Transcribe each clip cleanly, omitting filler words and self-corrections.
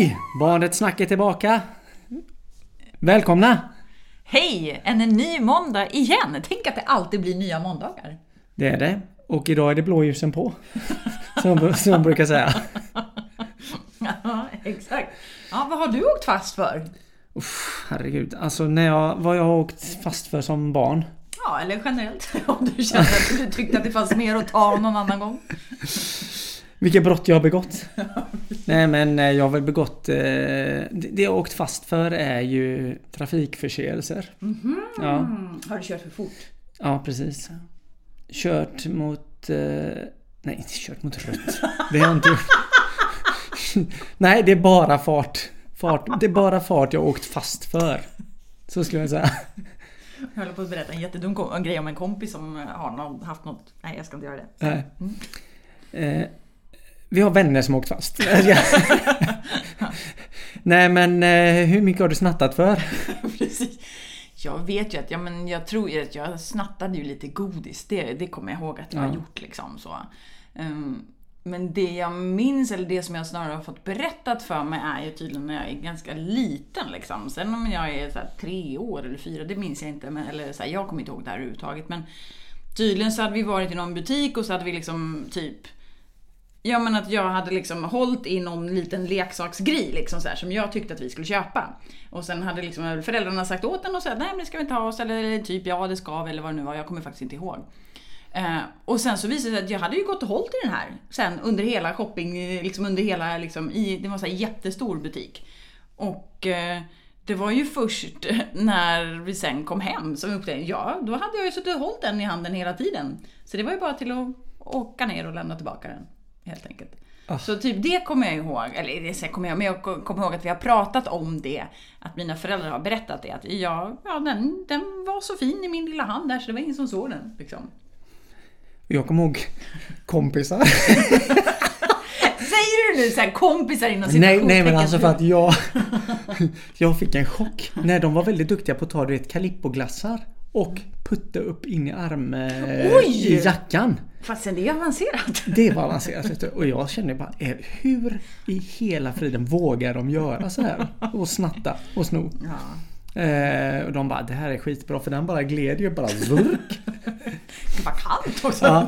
Hej! Barnet snackar tillbaka. Välkomna! Hej! En ny måndag igen. Tänk att det alltid blir nya måndagar. Det är det. Och idag är det blåljusen på. Som jag brukar säga. Ja, exakt. Ja, vad har du åkt fast för? Herregud. Alltså vad jag har åkt fast för som barn. Ja, eller generellt. Om du känner att du tyckte att det fanns mer att ta någon annan gång. Vilka brott jag har begått. Nej, men jag har väl begått... det jag har åkt fast för är ju trafikförseelser. Mm-hmm. Ja. Har du kört för fort? Ja, precis. Kört mot... nej, inte kört mot rött. Det har jag inte gjort. Nej, det är bara fart. Det är bara fart jag har åkt fast för. Så skulle jag säga. Jag håller på att berätta en jättedum grej om en kompis som har haft något... Nej, jag ska inte göra det. Nej. Vi har vänner som åkt fast. Nej, men hur mycket har du snattat för? Precis. Jag vet ju att jag tror ju att jag snattade ju lite godis. Det kommer jag ihåg att jag har gjort liksom så. Men det jag minns, eller det som jag snarare har fått berättat för mig, är ju tydligen när jag är ganska liten liksom. Sen om jag är så här 3 år eller 4, det minns jag inte, men, eller så här, jag kommer inte ihåg det här överhuvudtaget. Men tydligen så hade vi varit i någon butik och så hade vi liksom typ... Ja, men att jag hade liksom hållit i någon liten leksaksgrej liksom så här, som jag tyckte att vi skulle köpa. Och sen hade liksom föräldrarna sagt åt den och sagt nej, men det ska vi inte ha oss, eller typ ja, det ska vi, eller vad det nu var. Jag kommer faktiskt inte ihåg. Och sen så visade det sig att jag hade ju gått och hållit i den här sen under hela shopping, liksom under hela liksom, det var så här jättestor butik. Och det var ju först när vi sen kom hem som vi upptäckte, ja, då hade jag ju suttit och hållit den i handen hela tiden. Så det var ju bara till att åka ner och lämna tillbaka den. Helt enkelt. Så typ det kommer jag ihåg, eller det kommer jag, men jag kommer ihåg att vi har pratat om det, att mina föräldrar har berättat det, att den var så fin i min lilla hand där, så det var ingen som såg den liksom. Jag kommer ihåg kompisar. Säger du nu så här kompisar inom situationen? Nej, men alltså för att jag fick en chock när de var väldigt duktiga på att ta Calippo-glassar och putta upp in i i jackan. Fast det är avancerat. Det var avancerat. Och jag kände bara, hur i hela friden vågar de göra så här? Och snatta och sno. Ja. Och de bara, det här är skitbra, för den bara gled ju bara vurk. Det var kallt också. Ja.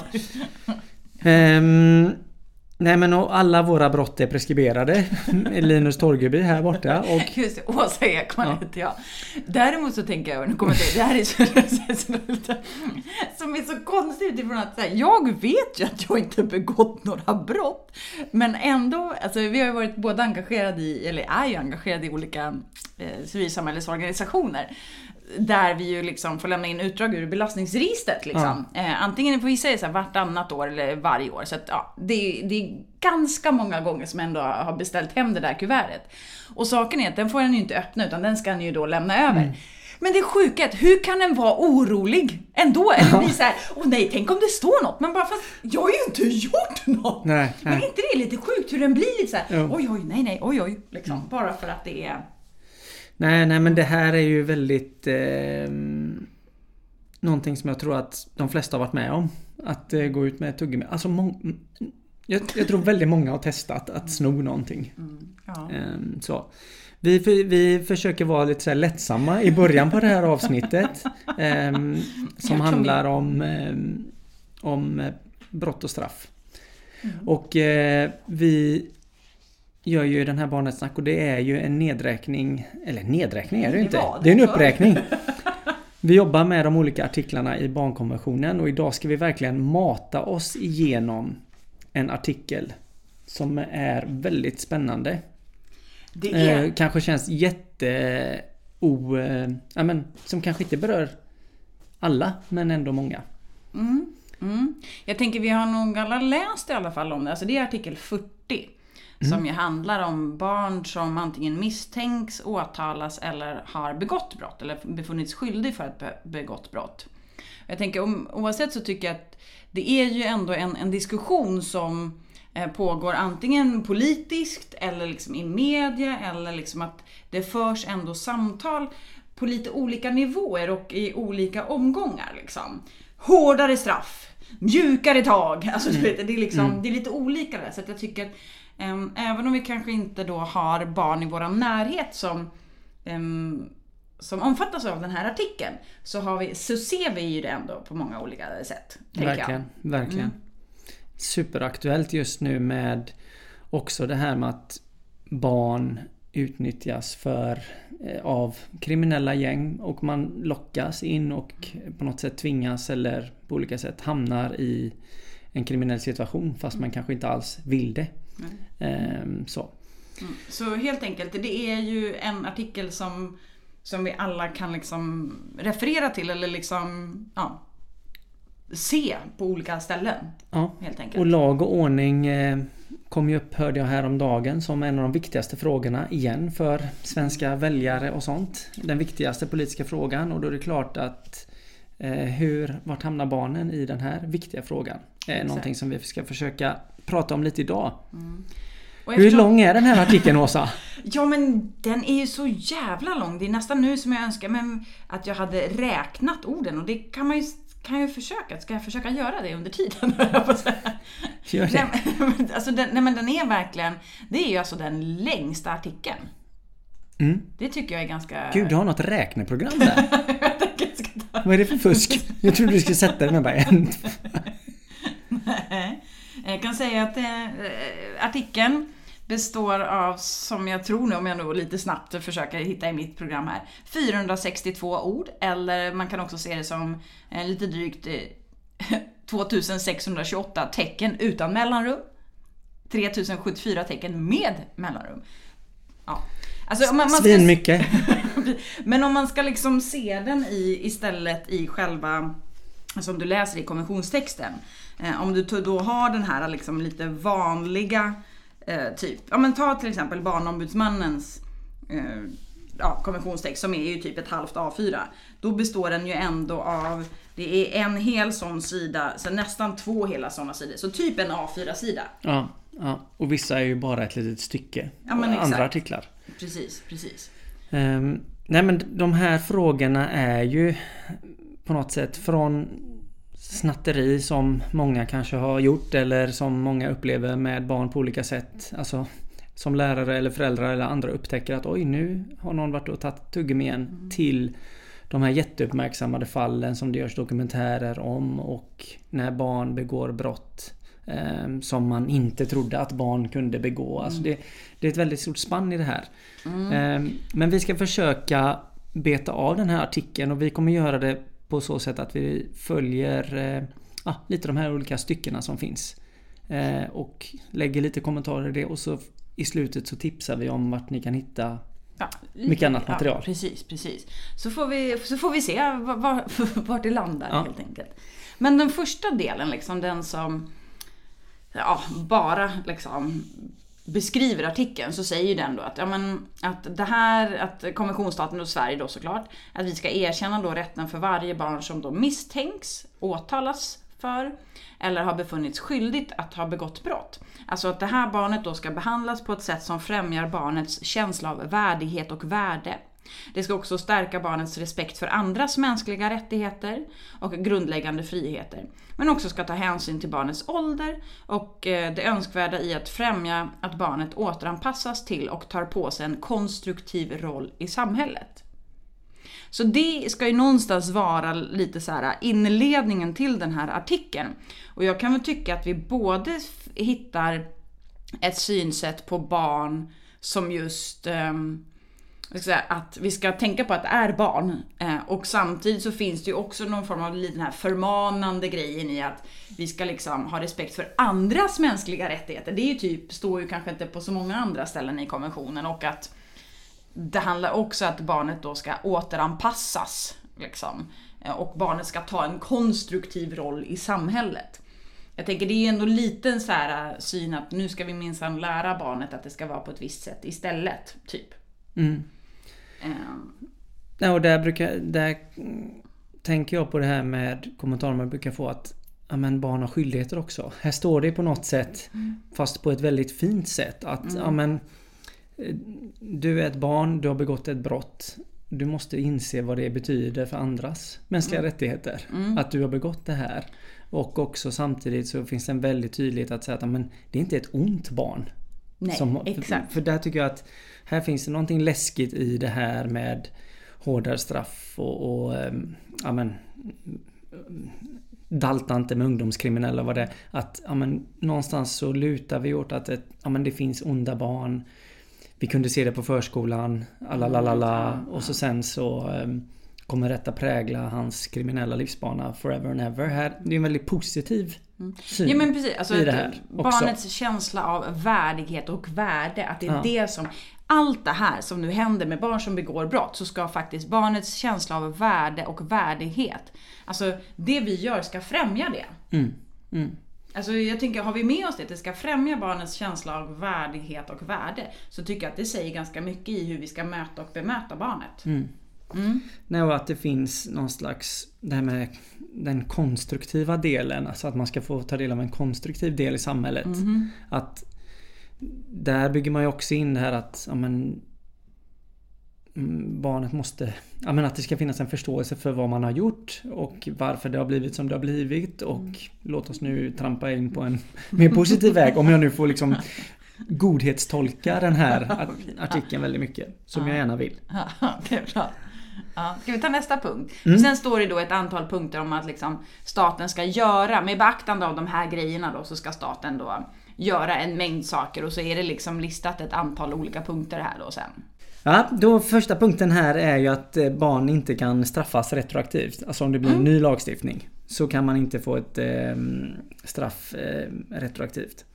Nej, men alla våra brott är preskriberade. Linus Torgeby här borta. Och... Just det, Åsa Ekman heter jag. Däremot så tänker jag, nu kommer jag till, det här är som är så konstigt utifrån att här, jag vet ju att jag inte begått några brott. Men ändå, alltså vi har ju varit både engagerade i, eller är ju engagerade i olika civilsamhällesorganisationer. Där vi ju liksom får lämna in utdrag ur belastningsregistret liksom. Antingen får vi säga så här vartannat år eller varje år. Så att, det är ganska många gånger som ändå har beställt hem det där kuvertet. Och saken är att den får den ju inte öppna, utan den ska den ju då lämna över. Men det är sjukt, hur kan den vara orolig ändå? Eller bli så här, nej, tänk om det står något. Men bara, fast jag har ju inte gjort något. Nej. Men inte det är lite sjukt hur den blir lite så här, oj, liksom. Bara för att det är... Nej, men det här är ju väldigt någonting som jag tror att de flesta har varit med om. Att gå ut med tuggummi. Alltså jag tror väldigt många har testat att sno någonting. Så. Vi försöker vara lite så här lättsamma i början på det här avsnittet. Som handlar om brott och straff. Och vi gör ju den här Barnets snack, och det är ju en nedräkning, eller nedräkning är det inte, det är en uppräkning. Vi jobbar med de olika artiklarna i barnkonventionen, och idag ska vi verkligen mata oss igenom en artikel som är väldigt spännande. Det är... kanske känns som kanske inte berör alla, men ändå många. Jag tänker vi har nog alla läst i alla fall om det. Alltså det är artikel 40. Som ju handlar om barn som antingen misstänks, åtalas eller har begått brott. Eller befunnits skyldig för ett begått brott. Jag tänker oavsett så tycker jag att det är ju ändå en diskussion som pågår antingen politiskt eller liksom i media. Eller liksom att det förs ändå samtal på lite olika nivåer och i olika omgångar liksom. Hårdare straff, mjukare tag. Alltså du vet, det är liksom, det är lite olika där. Så att jag tycker att Även om vi kanske inte då har barn i vår närhet som omfattas av den här artikeln, så ser vi ju det ändå på många olika sätt. Verkligen. Superaktuellt just nu med också det här med att barn utnyttjas av kriminella gäng och man lockas in och på något sätt tvingas eller på olika sätt hamnar i en kriminell situation fast man kanske inte alls vill det. Så helt enkelt, det är ju en artikel som vi alla kan liksom referera till eller liksom se på olika ställen. Helt enkelt. Och lag och ordning kom ju upp, hörde jag häromdagen, som en av de viktigaste frågorna igen för svenska väljare och sånt. Den viktigaste politiska frågan, och då är det klart att vart hamnar barnen i den här viktiga frågan? Någonting som vi ska försöka prata om lite idag. Hur lång är den här artikeln, Åsa? Ja, men den är ju så jävla lång. Det är nästan nu som jag önskar att jag hade räknat orden. Och det kan jag försöka. Ska jag försöka göra det under tiden? Gör det. Alltså, men den är verkligen... Det är ju alltså den längsta artikeln. Det tycker jag är ganska... Gud, du har något räkneprogram där. Vad är det för fusk? Jag trodde du skulle sätta det med bara en. Nej. Jag kan säga att artikeln består av, som jag tror nu, om jag nog lite snabbt försöker hitta i mitt program här, 462 ord, eller man kan också se det som lite drygt 2628 tecken utan mellanrum, 3074 tecken med mellanrum. Ja. Alltså, Svin mycket. Men om man ska liksom se den istället i själva, som du läser i konventionstexten, om du då har den här liksom lite vanliga typ, ta till exempel Barnombudsmannens konventionstext som är ju typ ett halvt A4, då består den ju ändå av, det är en hel sån sida, så nästan 2 hela såna sidor, så typ en A4-sida. Ja, och vissa är ju bara ett litet stycke, andra artiklar. Precis. Nej, men de här frågorna är ju på något sätt från snatteri som många kanske har gjort eller som många upplever med barn på olika sätt. Alltså som lärare eller föräldrar eller andra upptäcker att oj, nu har någon varit och tagit tuggummi igen, till de här jätteuppmärksammade fallen som det görs dokumentärer om, och när barn begår brott som man inte trodde att barn kunde begå. Alltså det är ett väldigt stort spann i det här. Men vi ska försöka beta av den här artikeln, och vi kommer göra det på så sätt att vi följer lite de här olika styckena som finns och lägger lite kommentarer i det, och så i slutet så tipsar vi om vart ni kan hitta mycket annat material. Precis. Så får vi se vart det landar helt enkelt. Men den första delen, liksom den som bara liksom beskriver artikeln, så säger ju den då att det här, att konventionsstaten och Sverige då såklart, att vi ska erkänna då rätten för varje barn som då misstänks, åtalas för eller har befunnits skyldigt att ha begått brott. Alltså att det här barnet då ska behandlas på ett sätt som främjar barnets känsla av värdighet och värde. Det ska också stärka barnets respekt för andras mänskliga rättigheter och grundläggande friheter. Men också ska ta hänsyn till barnets ålder och det önskvärda i att främja att barnet återanpassas till och tar på sig en konstruktiv roll i samhället. Så det ska ju någonstans vara lite så här inledningen till den här artikeln. Och jag kan väl tycka att vi både hittar ett synsätt på barn som just... att vi ska tänka på att det är barn, och samtidigt så finns det ju också någon form av den här förmanande grejen i att vi ska liksom ha respekt för andras mänskliga rättigheter. Det är ju typ, står ju kanske inte på så många andra ställen i konventionen, och att det handlar också att barnet då ska återanpassas liksom, och barnet ska ta en konstruktiv roll i samhället. Jag tänker det är ju ändå liten så här syn att nu ska vi minsann lära barnet att det ska vara på ett visst sätt istället, typ. Ja, och där tänker jag på det här med kommentarer man brukar få att barn har skyldigheter också. Här står det på något sätt, fast på ett väldigt fint sätt, att du är ett barn, du har begått ett brott, du måste inse vad det betyder för andras mänskliga rättigheter, att du har begått det här. Och också samtidigt så finns det en väldigt tydlighet att säga att det är inte ett ont barn. Nej, exakt. För där tycker jag att här finns det någonting läskigt i det här med hårdare straff och ja men dalta inte med ungdomskriminella vad det är. Att ja men någonstans så lutar vi åt att ja men det finns onda barn. Vi kunde se det på förskolan, och så sen så kommer detta prägla hans kriminella livsbana forever and ever. Här, det är en väldigt positiv syn. Ja men precis, alltså i det här barnets också. Känsla av värdighet och värde, att det är det som, allt det här som nu händer med barn som begår brott, så ska faktiskt barnets känsla av värde och värdighet, alltså det vi gör ska främja det. Alltså jag tänker, har vi med oss det ska främja barnets känsla av värdighet och värde, så tycker jag att det säger ganska mycket i hur vi ska möta och bemöta barnet. Nej, och att det finns någon slags, det här med den konstruktiva delen, alltså att man ska få ta del av en konstruktiv del i samhället. Att där bygger man ju också in det här att ja, men, barnet måste, ja, men att det ska finnas en förståelse för vad man har gjort och varför det har blivit som det har blivit, och låt oss nu trampa in på en mer positiv väg, om jag nu får liksom godhetstolka den här artikeln väldigt mycket, som jag gärna vill. Det är bra. Ja, ska vi ta nästa punkt? Sen står det då ett antal punkter om att liksom staten ska göra, med beaktande av de här grejerna då, så ska staten då göra en mängd saker, och så är det liksom listat ett antal olika punkter här då sen. Ja, då första punkten här är ju att barn inte kan straffas retroaktivt. Alltså om det blir en ny lagstiftning så kan man inte få ett straff retroaktivt.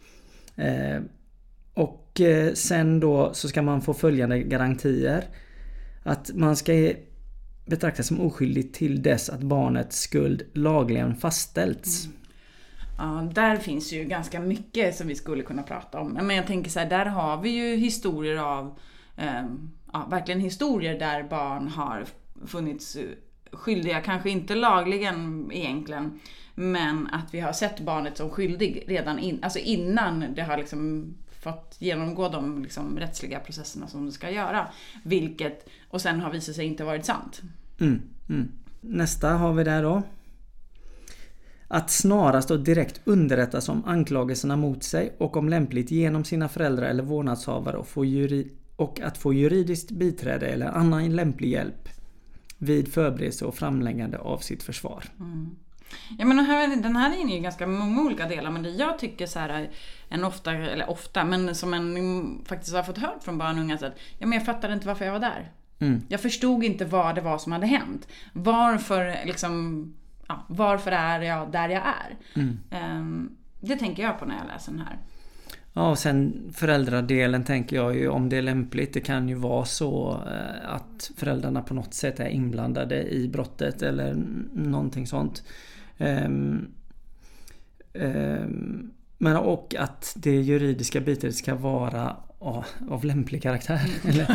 Och sen då så ska man få följande garantier. Att man ska betraktas som oskyldig till dess att barnets skuld lagligen fastställts. Ja, där finns ju ganska mycket som vi skulle kunna prata om. Men jag tänker så här, där har vi ju historier av verkligen historier där barn har funnits skyldiga, kanske inte lagligen egentligen, men att vi har sett barnet som skyldig redan innan det har liksom fått genomgå de liksom rättsliga processerna som det ska göra, vilket och sen har visat sig inte varit sant. Nästa har vi där då. Att snarast och direkt underrättas om anklagelserna mot sig och om lämpligt genom sina föräldrar eller vårdnadshavare och att få juridiskt biträde eller annan lämplig hjälp vid förberedelse och framläggande av sitt försvar. Ja, men den här är ju ganska många olika delar, men det jag tycker så här men som en faktiskt har fått hört från barn och unga, att jag fattade inte varför jag var där. Jag förstod inte vad det var som hade hänt. Varför är jag där jag är? Det tänker jag på när jag läser den här. Ja, och sen föräldradelen tänker jag ju, om det är lämpligt. Det kan ju vara så att föräldrarna på något sätt är inblandade i brottet eller någonting sånt. Men och att det juridiska biträdet ska vara av lämplig karaktär. Eller,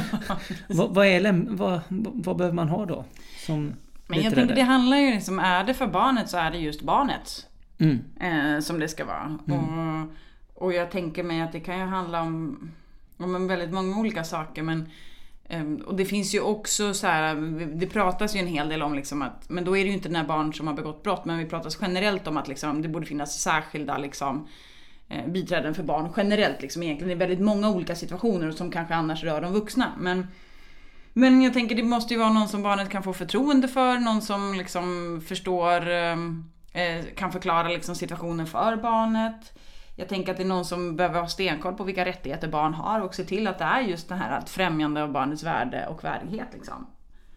vad behöver man ha då? Men jag tänker det handlar ju liksom, är det för barnet så är det just barnet som det ska vara. Och jag tänker mig att det kan ju handla om väldigt många olika saker, men och det finns ju också så här, det pratas ju en hel del om liksom att, men då är det ju inte den här barn som har begått brott, men vi pratas generellt om att liksom, det borde finnas särskilda liksom biträden för barn generellt liksom, egentligen i väldigt många olika situationer som kanske annars rör de vuxna, men jag tänker det måste ju vara någon som barnet kan få förtroende för, någon som liksom förstår, kan förklara liksom situationen för barnet. Jag tänker att det är någon som behöver ha stenkoll på vilka rättigheter barn har och se till att det är just det här att främjande av barnets värde och värdighet liksom.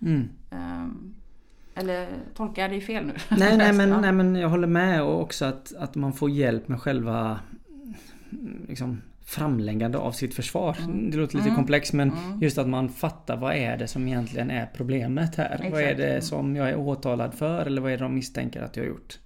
Eller tolkar jag det fel nu? Nej, men jag håller med, och också att man får hjälp med själva liksom framläggande av sitt försvar. Det låter lite komplext, men just att man fattar vad är det som egentligen är problemet här. Exakt. Vad är det som jag är åtalad för, eller vad är det de misstänker att jag har gjort?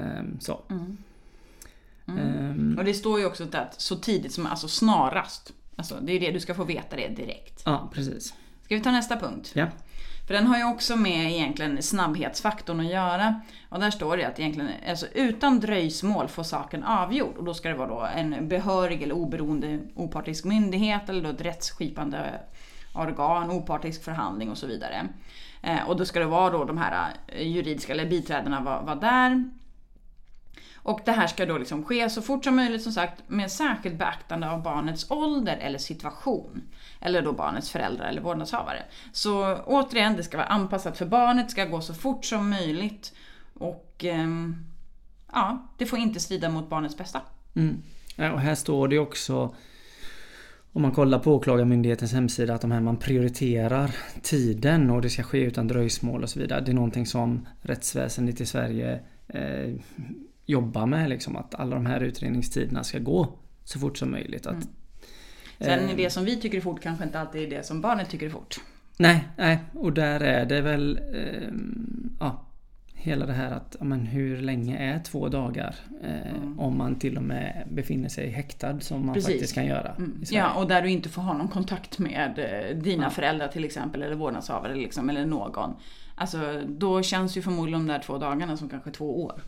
Och det står ju också att så tidigt som, alltså snarast. Alltså det är det, du ska få veta det direkt. Ja, precis. Ska vi ta nästa punkt? Ja. För den har ju också med egentligen snabbhetsfaktorn att göra. Och där står det att egentligen, alltså utan dröjsmål får saken avgjord. Och då ska det vara då en behörig eller oberoende opartisk myndighet, eller då ett rättsskipande organ, opartisk förhandling och så vidare. Och då ska det vara då de här juridiska eller biträdena var där. Och det här ska då liksom ske så fort som möjligt, som sagt, med särskilt beaktande av barnets ålder eller situation. Eller då barnets föräldrar eller vårdnadshavare. Så återigen, det ska vara anpassat för barnet, ska gå så fort som möjligt. Och det får inte strida mot barnets bästa. Och här står det också, om man kollar på åklagarmyndighetens hemsida, att man prioriterar tiden och det ska ske utan dröjsmål och så vidare. Det är någonting som rättsväsendet i Sverige jobbar med, liksom, att alla de här utredningstiderna ska gå så fort som möjligt. Sen det som vi tycker är fort kanske inte alltid är det som barnet tycker är fort. Nej, och där är det väl hela det här att hur länge är 2 dagar om man till och med befinner sig häktad, som man faktiskt kan göra i Sverige. Ja, och där du inte får ha någon kontakt med dina föräldrar till exempel, eller vårdnadshavare liksom, eller någon. Alltså, då känns ju förmodligen de där 2 dagarna som kanske 2 år.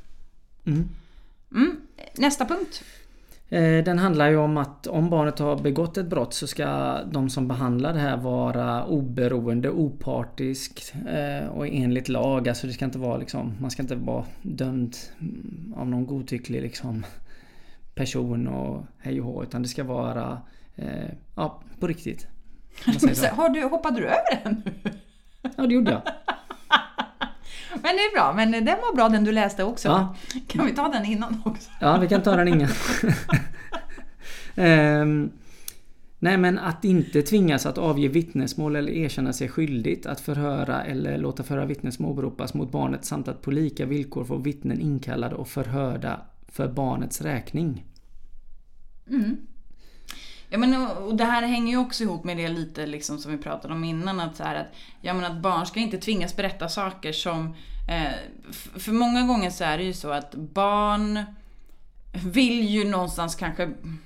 Nästa punkt. Den handlar ju om att om barnet har begått ett brott så ska de som behandlar det här vara oberoende, opartisk och enligt lag. Alltså det ska inte vara liksom, man ska inte vara dömd av någon godtycklig liksom person och hej och hå, utan det ska vara på riktigt. Hoppade du över den? Ja, det gjorde jag. Men det är bra, men den var bra, den du läste också. Ja. Kan vi ta den innan också? Ja, vi kan ta den innan. Nej, men att inte tvingas att avge vittnesmål eller erkänna sig skyldigt, att förhöra eller låta föra vittnesmål åberopas mot barnet, samt att på lika villkor få vittnen inkallade och förhörda för barnets räkning. Ja, men och det här hänger ju också ihop med det lite liksom som vi pratade om innan, att så här att barn ska inte tvingas berätta saker som för många gånger så är det ju så att barn vill ju någonstans kanske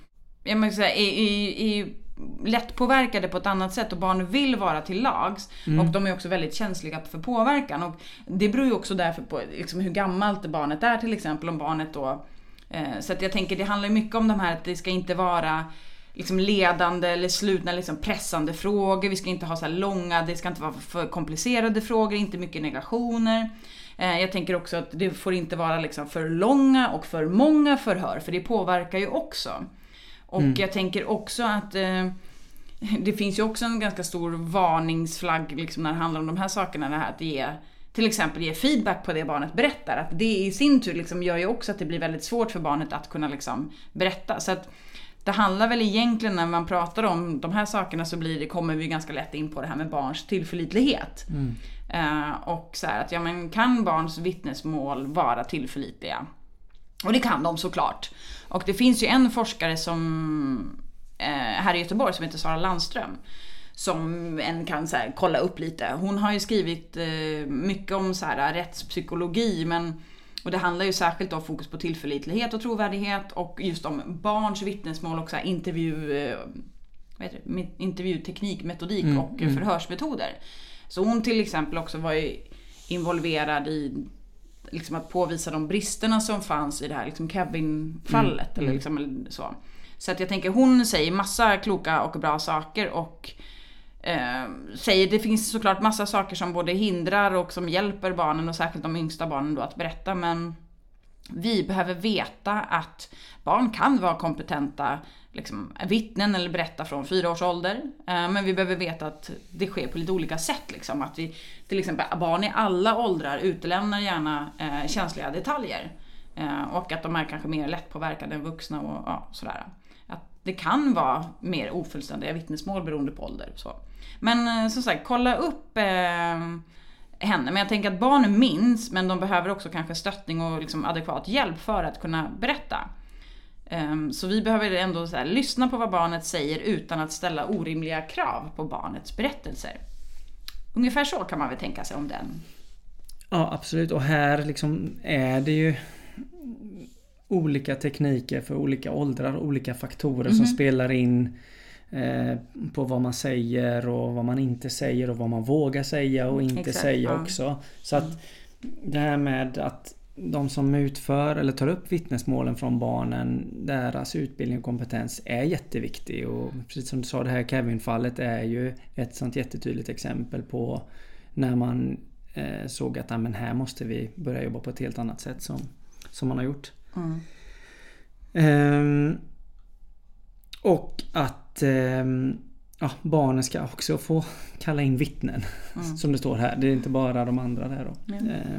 är lätt påverkade på ett annat sätt, och barn vill vara till lags och de är också väldigt känsliga för påverkan, och det beror ju också därför på liksom hur gammalt barnet är, till exempel om barnet då så att jag tänker det handlar mycket om de här att det ska inte vara liksom ledande eller slutna liksom pressande frågor. Vi ska inte ha så här långa, det ska inte vara för komplicerade frågor, inte mycket negationer. Jag tänker också att det får inte vara liksom för långa och för många förhör, för det påverkar ju också. Och jag tänker också att det finns ju också en ganska stor varningsflagg liksom när det handlar om de här sakerna, det här att till exempel ge feedback på det barnet berättar. Att det i sin tur liksom gör ju också att det blir väldigt svårt för barnet att kunna liksom berätta. Så att det handlar väl egentligen, när man pratar om de här sakerna, så kommer vi ganska lätt in på det här med barns tillförlitlighet. Och så här att kan barns vittnesmål vara tillförlitliga? Och det kan de såklart. Och det finns ju en forskare som här i Göteborg som heter Sara Landström, som en kan så här kolla upp lite. Hon har ju skrivit mycket om så här rättspsykologi, och det handlar ju särskilt om fokus på tillförlitlighet och trovärdighet, och just om barns vittnesmål och så här intervjuteknik, metodik och förhörsmetoder. Så hon till exempel också var ju involverad i liksom att påvisa de bristerna som fanns i det här liksom Kevin-fallet eller liksom eller så. Så att jag tänker, hon säger massa kloka och bra saker, och säger det finns såklart massa saker som både hindrar och som hjälper barnen, och särskilt de yngsta barnen då, att berätta, men vi behöver veta att barn kan vara kompetenta liksom vittnen eller berätta från 4 års ålder, men vi behöver veta att det sker på lite olika sätt liksom, att vi till exempel barn i alla åldrar utelämnar gärna känsliga detaljer, och att de är kanske mer lättpåverkade än vuxna och sådär. Att det kan vara mer ofullständiga vittnesmål beroende på ålder. Så. Men som sagt, kolla upp henne. Men jag tänker att barn minns, men de behöver också kanske stöttning och liksom adekvat hjälp för att kunna berätta. Så vi behöver ändå så här, lyssna på vad barnet säger utan att ställa orimliga krav på barnets berättelser. Ungefär så kan man väl tänka sig om den. Ja, absolut. Och här liksom är det ju olika tekniker för olika åldrar, olika faktorer som spelar in på vad man säger och vad man inte säger och vad man vågar säga och inte säga också. Så att det här med att de som utför eller tar upp vittnesmålen från barnen, deras utbildning och kompetens är jätteviktig, och precis som du sa, det här Kevin-fallet är ju ett sånt jättetydligt exempel på när man såg att men här måste vi börja jobba på ett helt annat sätt som man har gjort. Och att barnen ska också få kalla in vittnen. Som det står här. Det är inte bara de andra där då.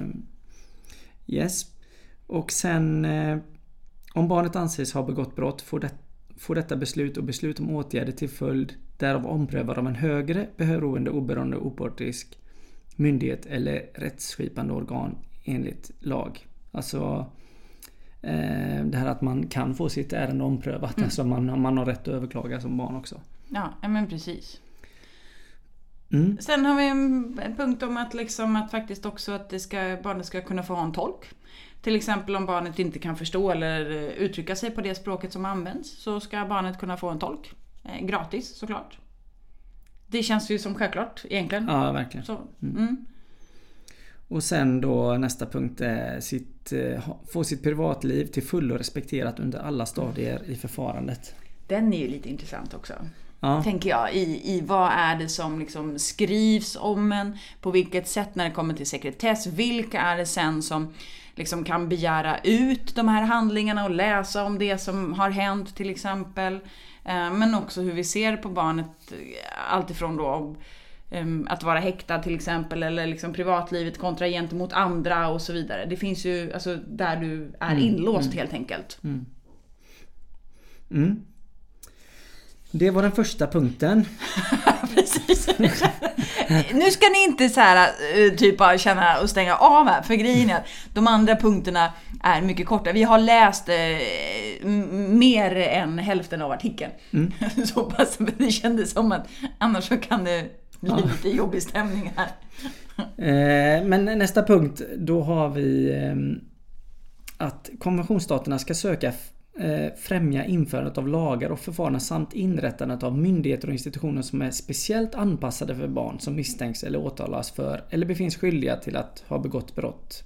Yes. Och sen om barnet anses ha begått brott får detta beslut och beslut om åtgärder till följd därav omprövad av en högre beroende oberoende opartisk myndighet eller rättsskipande organ enligt lag. Alltså det här att man kan få sitt ärende omprövat. Alltså man har rätt att överklaga som barn också. Ja, men precis. Sen har vi en punkt om att, liksom, att faktiskt också att barnet ska kunna få ha en tolk. Till exempel om barnet inte kan förstå eller uttrycka sig på det språket som används, så ska barnet kunna få en tolk. Gratis såklart. Det känns ju som självklart egentligen. Ja, verkligen. Så, Och sen då nästa punkt är få sitt privatliv till fullo respekterat under alla stadier i förfarandet. Den är ju lite intressant också. Ja. Tänker jag, i vad är det som liksom skrivs om en, på vilket sätt när det kommer till sekretess, vilka är det sen som liksom kan begära ut de här handlingarna och läsa om det som har hänt till exempel, men också hur vi ser på barnet, alltifrån då att vara häktad till exempel, eller liksom privatlivet kontra gentemot andra och så vidare. Det finns ju alltså där du är inlåst helt enkelt. Det var den första punkten. Precis. Nu ska ni inte så här typ bara känna och stänga av här, för grejen är att de andra punkterna är mycket korta. Vi har läst mer än hälften av artikeln. Så pass, det kändes som att annars så kan det bli lite jobbig stämning här. Men nästa punkt, då har vi att konventionsstaterna ska söka främja införandet av lagar och förfaranden samt inrättandet av myndigheter och institutioner som är speciellt anpassade för barn som misstänks eller åtalas för eller befinns skyldiga till att ha begått brott,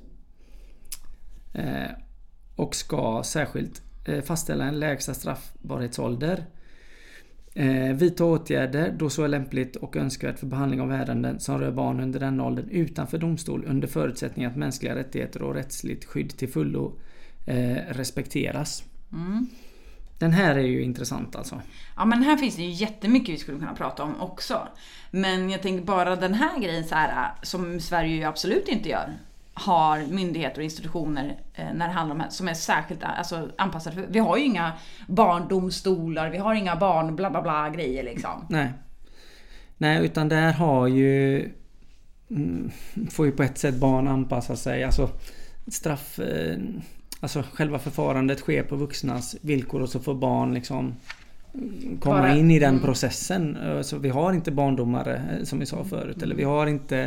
och ska särskilt fastställa en lägsta straffbarhetsålder, vidta åtgärder då så är lämpligt och önskvärt för behandling av ärenden som rör barn under den åldern utanför domstol under förutsättning att mänskliga rättigheter och rättsligt skydd till fullo respekteras. Den här är ju intressant alltså. Ja, men här finns det ju jättemycket vi skulle kunna prata om också. Men jag tänker bara den här grejen så här, som Sverige ju absolut inte gör, har myndigheter och institutioner när det handlar om som är särskilt alltså, anpassade för. Vi har ju inga barndomstolar, vi har inga barn bla bla bla grejer liksom. Nej, utan där har ju får ju på ett sätt barn anpassa sig, alltså straff, alltså själva förfarandet sker på vuxnas villkor och så får barn liksom komma in i den processen. Så vi har inte barndomare som vi sa förut, eller vi har inte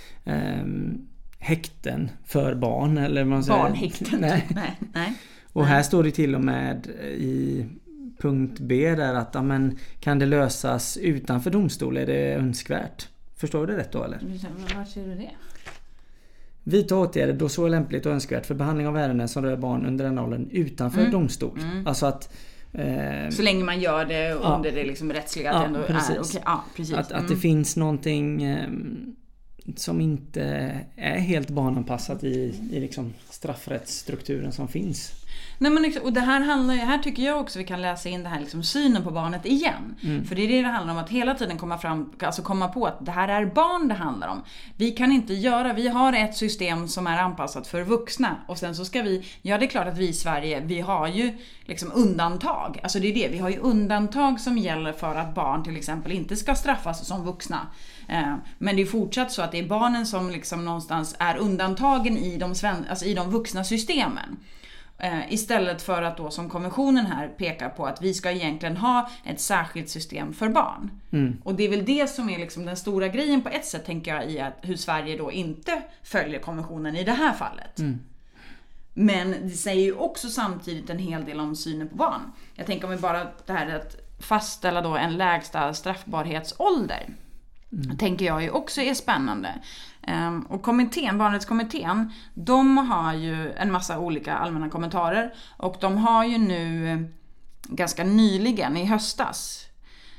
häkten för barn eller man säger barnhäkten. Nej. Och här står det till och med i punkt B där att amen, kan det lösas utanför domstol, är det önskvärt. Förstår du det rätt då eller? Var ser du det? Vidta åtgärder då så är lämpligt och önskvärt för behandling av ärenden som rör barn under den åldern utanför domstol. Alltså att så länge man gör det under det liksom rättsliga att ändå precis. är okej. Ja, precis. Att det finns någonting som inte är helt barnanpassat i liksom straffrättsstrukturen som finns. Nej, men liksom, och det här tycker jag också vi kan läsa in det här liksom synen på barnet igen. För det är det handlar om, att hela tiden komma på att det här är barn det handlar om. Vi kan inte vi har ett system som är anpassat för vuxna och sen så ska det är klart att vi i Sverige, vi har ju liksom undantag. Alltså det är det, vi har ju undantag som gäller för att barn till exempel inte ska straffas som vuxna. Men det är fortsatt så att det är barnen som liksom någonstans är undantagen i de vuxna systemen. Istället för att då som konventionen här pekar på att vi ska egentligen ha ett särskilt system för barn. Och det är väl det som är liksom den stora grejen på ett sätt, tänker jag, i att hur Sverige då inte följer konventionen i det här fallet. Men det säger ju också samtidigt en hel del om synen på barn. Jag tänker om vi bara det här att fastställa då en lägsta straffbarhetsålder. Tänker jag ju också är spännande. Och barnrättskommittén, de har ju en massa olika allmänna kommentarer och de har ju nu ganska nyligen i höstas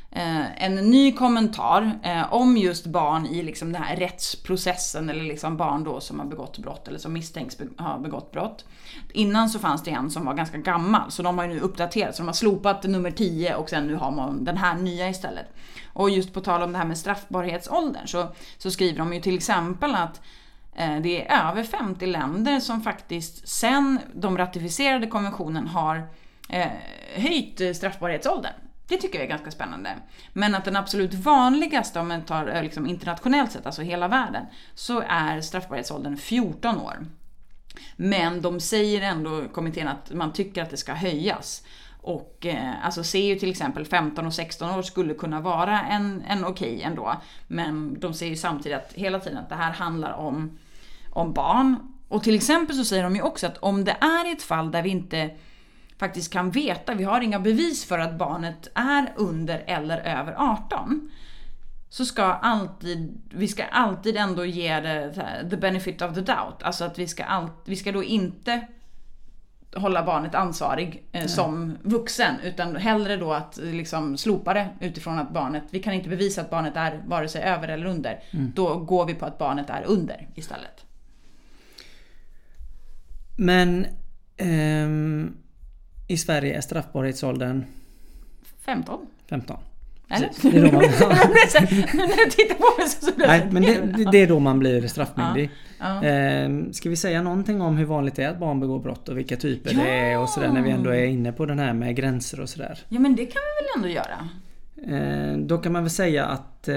en ny kommentar om just barn i liksom den här rättsprocessen, eller liksom barn då som har begått brott eller som misstänks ha begått brott. Innan så fanns det en som var ganska gammal, så de har ju nu uppdaterat, så de har slopat nummer 10 och sen nu har man den här nya istället. Och just på tal om det här med straffbarhetsåldern så skriver de ju till exempel att det är över 50 länder som faktiskt sen de ratificerade konventionen har höjt straffbarhetsåldern. Det tycker jag är ganska spännande. Men att den absolut vanligaste, om man tar liksom internationellt sett, alltså hela världen, så är straffbarhetsåldern 14 år. Men de säger ändå, kommittén, att man tycker att det ska höjas. Och alltså ser ju till exempel 15 och 16 år skulle kunna vara en okej ändå. Men de säger ju samtidigt att hela tiden att det här handlar om barn. Och till exempel så säger de ju också att om det är ett fall där vi inte faktiskt kan veta, vi har inga bevis för att barnet är under eller över 18, så vi ska alltid ändå ge det the benefit of the doubt. Alltså att vi ska då inte hålla barnet ansvarig som vuxen, utan hellre då att liksom slopa det utifrån att vi kan inte bevisa att barnet är vare sig över eller under. Då går vi på att barnet är under istället. Men i Sverige är straffbarhetsåldern 15. Eller? Det är då man... När du tittar på mig så Nej, men det är då man blir straffmyndig. Ska vi säga någonting om hur vanligt det är att barn begår brott och vilka typer det är och sådär, när vi ändå är inne på den här med gränser och sådär? Ja, men det kan vi väl ändå göra. Då kan man väl säga att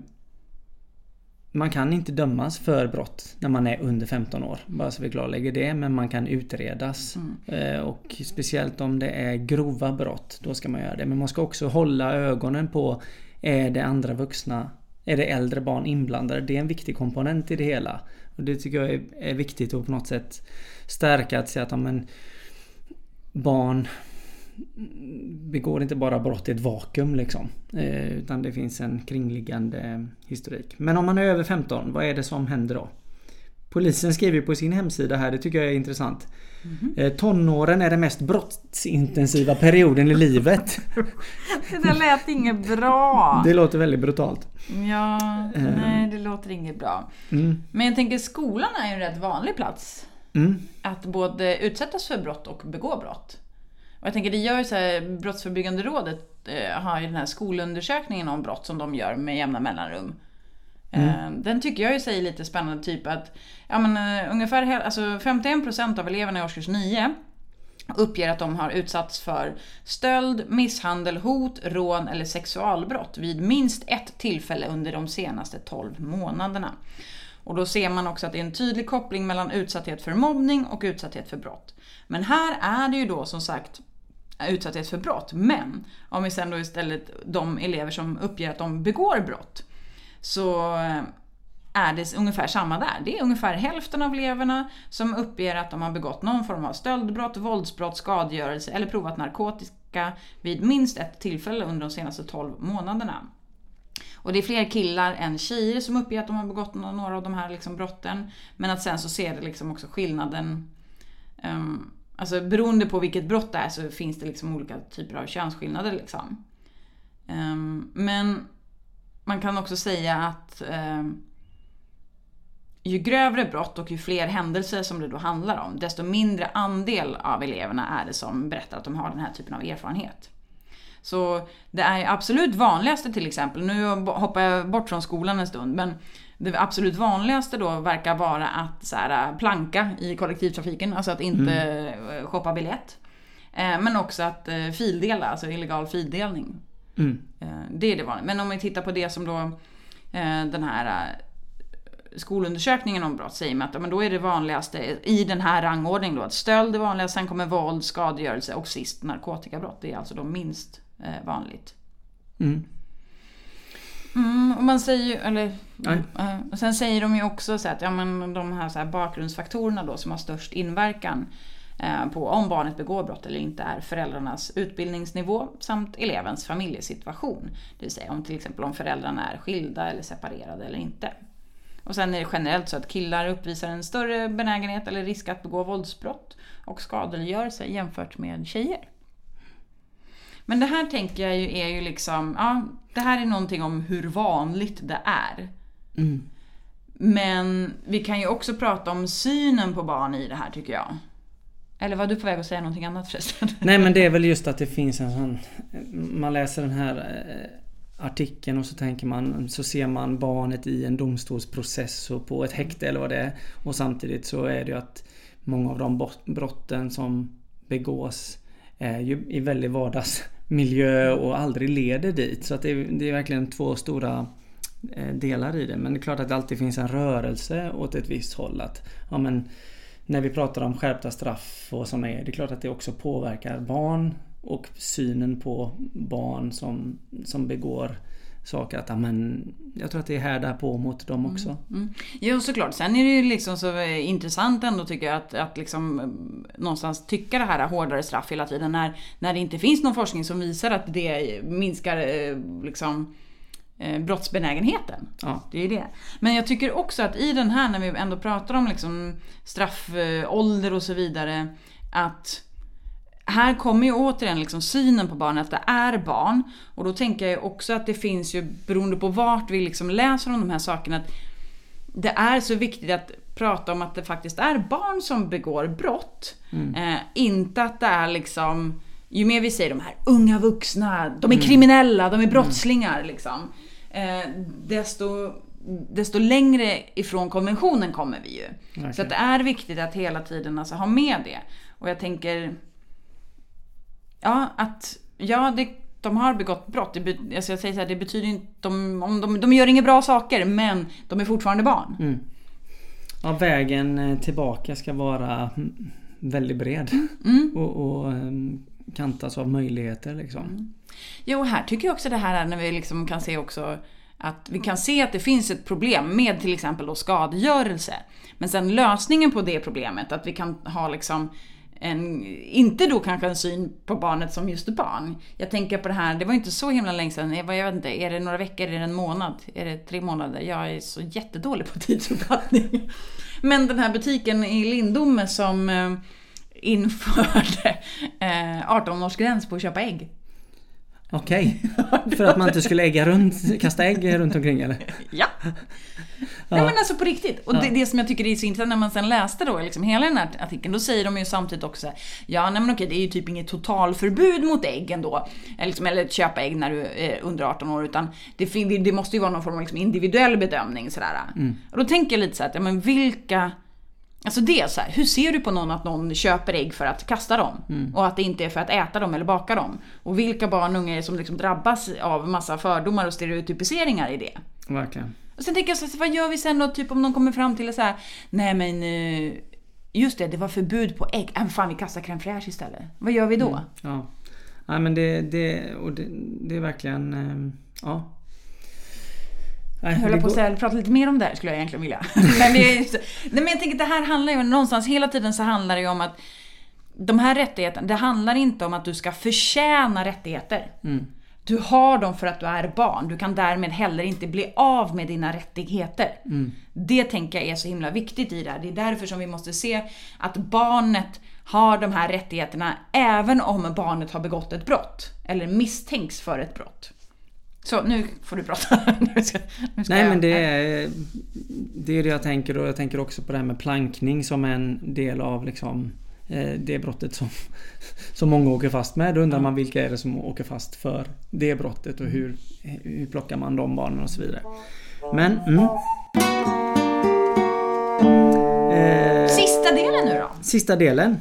man kan inte dömas för brott när man är under 15 år. Bara så vi klarlägger det. Men man kan utredas. Och speciellt om det är grova brott, då ska man göra det. Men man ska också hålla ögonen på, är det andra vuxna, är det äldre barn inblandade? Det är en viktig komponent i det hela. Och det tycker jag är viktigt att på något sätt stärka, att säga att barn begår inte bara brott i ett vakuum liksom, utan det finns en kringliggande historik. Men om man är över 15, vad är det som händer då? Polisen skriver på sin hemsida här, det tycker jag är intressant. Tonåren är den mest brottsintensiva perioden i livet. Det där lät inget bra. Det låter väldigt brutalt. Ja, nej, det låter inget bra. Men jag tänker, skolan är ju en rätt vanlig plats att både utsättas för brott och begå brott. Och jag tänker, det gör ju så här, Brottsförebyggande rådet har ju den här skolundersökningen om brott som de gör med jämna mellanrum. Den tycker jag ju säger lite spännande, typ att ungefär 51% av eleverna i årskurs 9 uppger att de har utsatts för stöld, misshandel, hot, rån eller sexualbrott vid minst ett tillfälle under de senaste 12 månaderna. Och då ser man också att det är en tydlig koppling mellan utsatthet för mobbning och utsatthet för brott. Men här är det ju då som sagt utsatthet för brott. Men om vi sen då istället de elever som uppger att de begår brott, så är det ungefär samma där. Det är ungefär hälften av eleverna som uppger att de har begått någon form av stöldbrott, våldsbrott, skadegörelse eller provat narkotika vid minst ett tillfälle under de senaste 12 månaderna. Och det är fler killar än tjejer som uppger att de har begått några av de här liksom brotten. Men att sen så ser det liksom också skillnaden. Alltså beroende på vilket brott det är så finns det liksom olika typer av könsskillnader liksom. Men man kan också säga att ju grövre brott och ju fler händelser som det då handlar om, desto mindre andel av eleverna är det som berättar att de har den här typen av erfarenhet. Så det är absolut vanligaste till exempel, nu hoppar jag bort från skolan en stund, men det absolut vanligaste då verkar vara att så här, planka i kollektivtrafiken, alltså att inte shoppa biljett. Men också att fildela, alltså illegal fildelning. Det är det vanliga. Men om vi tittar på det som då den här skolundersökningen om brott säger att men då är det vanligaste i den här rangordningen då att stöld är vanligast, sen kommer våld, skadegörelse och sist narkotikabrott. Det är alltså då minst vanligt. Och man säger ju, eller och sen säger de ju också så att de här, så här bakgrundsfaktorerna då som har störst inverkan på om barnet begår brott eller inte är föräldrarnas utbildningsnivå samt elevens familjesituation. Det vill säga om till exempel om föräldrarna är skilda eller separerade eller inte. Och sen är det generellt så att killar uppvisar en större benägenhet eller risk att begå våldsbrott och skadegörelse jämfört med tjejer. Men det här tänker jag ju är ju liksom, ja, det här är någonting om hur vanligt det är. Men vi kan ju också prata om synen på barn i det här, tycker jag. Eller var du på väg att säga någonting annat förresten? Nej, men det är väl just att det finns en sån... Man läser den här artikeln och så tänker man, så ser man barnet i en domstolsprocess och på ett häkte eller vad det är. Och samtidigt så är det ju att många av de brotten som begås är ju i väldigt vardagsmiljö och aldrig leder dit. Så att det är verkligen två stora delar i det. Men det är klart att det alltid finns en rörelse åt ett visst håll. Att, ja, men när vi pratar om skärpta straff och som är, det är klart att det också påverkar barn och synen på barn som begår saker. Att, ja, men jag tror att det är här där på mot dem också. Jo, såklart. Sen är det ju liksom så intressant ändå, tycker jag, att liksom någonstans tycka det här hårdare straff hela tiden när det inte finns någon forskning som visar att det minskar liksom brottsbenägenheten. Ja. Det är det. Men jag tycker också att i den här, när vi ändå pratar om liksom straffålder och så vidare, att här kommer ju återigen liksom synen på barnet, att det är barn. Och då tänker jag också att det finns ju, beroende på vart vi liksom läser om de här sakerna, att det är så viktigt att prata om att det faktiskt är barn som begår brott. Inte att det är liksom, ju mer vi säger de här unga vuxna, de är kriminella, de är brottslingar liksom, desto längre ifrån konventionen kommer vi ju. Okay. Så att det är viktigt att hela tiden alltså ha med det. Och jag tänker, de har begått brott. Jag säger så här, det betyder inte de gör inga bra saker, men de är fortfarande barn. Ja, vägen tillbaka ska vara väldigt bred och kantas av möjligheter liksom. Jo, här tycker jag också det här när vi liksom kan se också att vi kan se att det finns ett problem med till exempel då skadegörelse. Men sen lösningen på det problemet, att vi kan ha liksom inte då kanske en syn på barnet som just barn. Jag tänker på det här, det var inte så himla länge sedan, jag vet inte, är det några veckor, är det en månad, är det 3 månader? Jag är så jättedålig på tidsuppfattning. Men den här butiken i Lindome som införde 18-årsgräns på att köpa ägg. Okej. För att man inte skulle kasta ägg runt omkring, eller? Ja. Nej, men alltså på riktigt. Och det som jag tycker är så intressant när man sen läste då liksom hela den här artikeln, då säger de ju samtidigt också det är ju typ inget totalförbud mot ägg ändå, eller att köpa ägg när du är under 18 år, utan det måste ju vara någon form av liksom individuell bedömning sådär. Och då tänker jag lite så här, men vilka, alltså det är så här, hur ser du på att någon köper ägg för att kasta dem och att det inte är för att äta dem eller baka dem, och vilka barn och unga är som liksom drabbas av massa fördomar och stereotypiseringar i det. Verkligen. Och sen tänker jag så här, vad gör vi sen då, typ om någon kommer fram till så här, nej men just det var förbud på ägg, fan vi kastar crème fraîche istället. Vad gör vi då? Ja. Nej, men det är verkligen ja. Jag höll på att prata lite mer om det här, skulle jag egentligen vilja. men jag tänker att det här handlar ju någonstans hela tiden, så handlar det ju om att de här rättigheterna, det handlar inte om att du ska förtjäna rättigheter. Du har dem för att du är barn. Du kan därmed heller inte bli av med dina rättigheter. Det tänker jag är så himla viktigt i det här. Det är därför som vi måste se att barnet har de här rättigheterna även om barnet har begått ett brott eller misstänks för ett brott. Så nu får du prata. Nej, men det är det jag tänker, och jag tänker också på det här med plankning som en del av liksom det brottet som många åker fast med. Då undrar man vilka är det som åker fast för det brottet och hur plockar man de barnen och så vidare. Men sista delen nu då? Sista delen.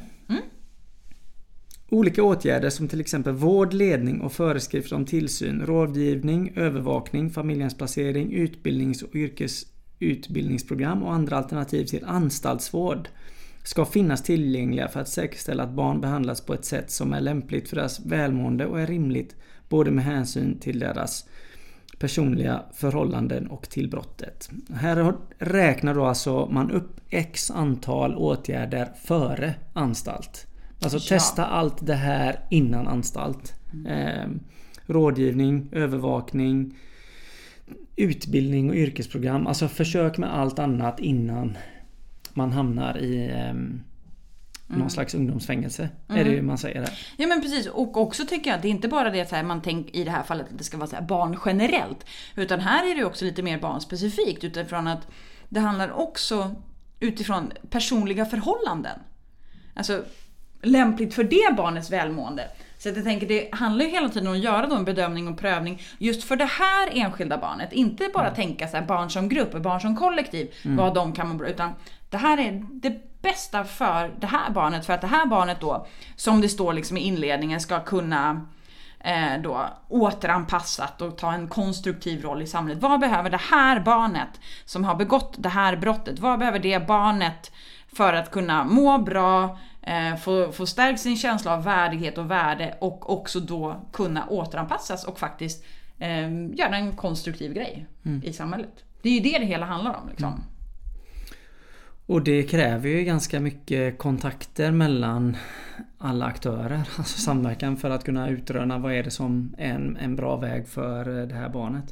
Olika åtgärder som till exempel vård, ledning och föreskrifter om tillsyn, rådgivning, övervakning, familjens placering, utbildnings- och yrkesutbildningsprogram och andra alternativ till anstaltsvård ska finnas tillgängliga för att säkerställa att barn behandlas på ett sätt som är lämpligt för deras välmående och är rimligt både med hänsyn till deras personliga förhållanden och till brottet. Här räknar då alltså man upp x antal åtgärder före anstalt. Alltså testa allt det här innan anstalt. Rådgivning, övervakning, utbildning och yrkesprogram. Alltså försök med allt annat innan man hamnar någon slags ungdomsfängelse. Är det ju man säger där. Ja men precis, och också tycker jag att det är inte bara det att så här, man tänker i det här fallet att det ska vara så här, barn generellt, utan här är det också lite mer barnspecifikt utifrån att det handlar också utifrån personliga förhållanden. Alltså lämpligt för det barnets välmående. Så att jag tänker, det handlar ju hela tiden om att göra då en bedömning och prövning just för det här enskilda barnet. Inte bara tänka så här, barn som grupp och barn som kollektiv, vad de kan må bra, utan det här är det bästa för det här barnet, för att det här barnet då, som det står liksom i inledningen, ska kunna då återanpassat och ta en konstruktiv roll i samhället. Vad behöver det här barnet som har begått det här brottet? Vad behöver det barnet för att kunna må bra, få stärkt sin känsla av värdighet och värde, och också då kunna återanpassas och faktiskt göra en konstruktiv grej i samhället. Det är ju det hela handlar om liksom. Och det kräver ju ganska mycket kontakter mellan alla aktörer, alltså samverkan, för att kunna utröna vad är det som är en bra väg för det här barnet.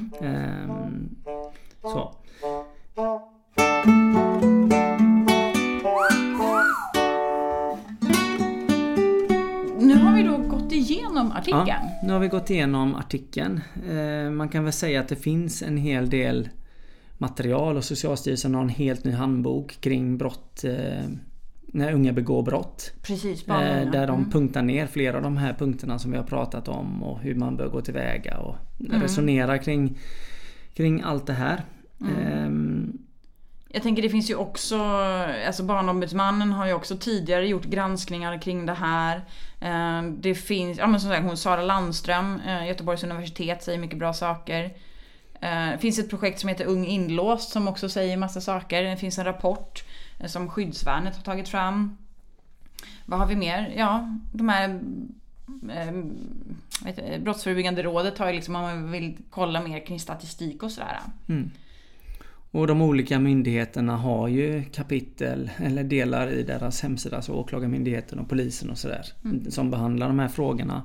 Så. Nu har vi då gått igenom artikeln. Ja, nu har vi gått igenom artikeln. Man kan väl säga att det finns en hel del material, och Socialstyrelsen har en helt ny handbok kring brott när unga begår brott. Precis, där de punktar ner flera av de här punkterna som vi har pratat om, och hur man bör gå tillväga och resonera kring allt det här. Jag tänker det finns ju också, alltså Barnombudsmannen har ju också tidigare gjort granskningar kring det här. Det finns, ja men som sagt, hon Sara Landström, Göteborgs universitet, säger mycket bra saker. Det finns ett projekt som heter Ung inlåst som också säger massa saker. Det finns en rapport som Skyddsvärnet har tagit fram. Vad har vi mer? Ja, de här Brottsförebyggande rådet har ju liksom, om man vill kolla mer kring statistik och sådär. Och de olika myndigheterna har ju kapitel eller delar i deras hemsida, så åklagarmyndigheten och polisen och sådär, som behandlar de här frågorna.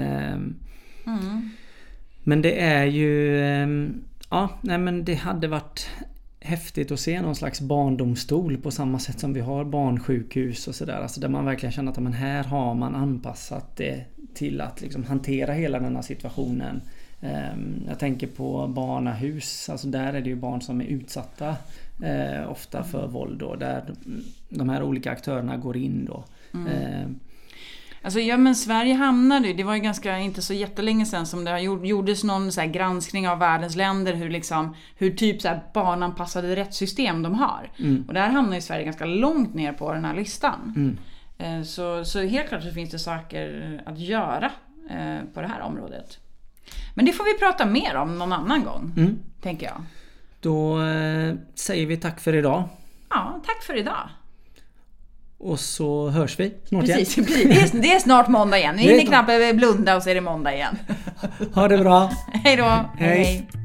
Men det är ju men det hade varit häftigt att se någon slags barndomstol på samma sätt som vi har barnsjukhus och sådär, alltså där man verkligen känner att här har man anpassat det till att liksom hantera hela den här situationen. Jag tänker på barnahus, alltså där är det ju barn som är utsatta ofta för våld då, där de här olika aktörerna går in då. Alltså ja, men Sverige hamnade ju, det var ju ganska inte så jättelänge sedan som det gjordes någon så här granskning av världens länder, hur typ så här barnanpassade rättssystem de har. Och där hamnar ju Sverige ganska långt ner på den här listan. Så helt klart så finns det saker att göra på det här området. Men det får vi prata mer om någon annan gång, tänker jag. Då säger vi tack för idag. Ja, tack för idag. Och så hörs vi snart precis, igen. Precis. Det är snart måndag igen. Ni knappt blunda och så är det måndag igen. Ha det bra. Hej då. Hej.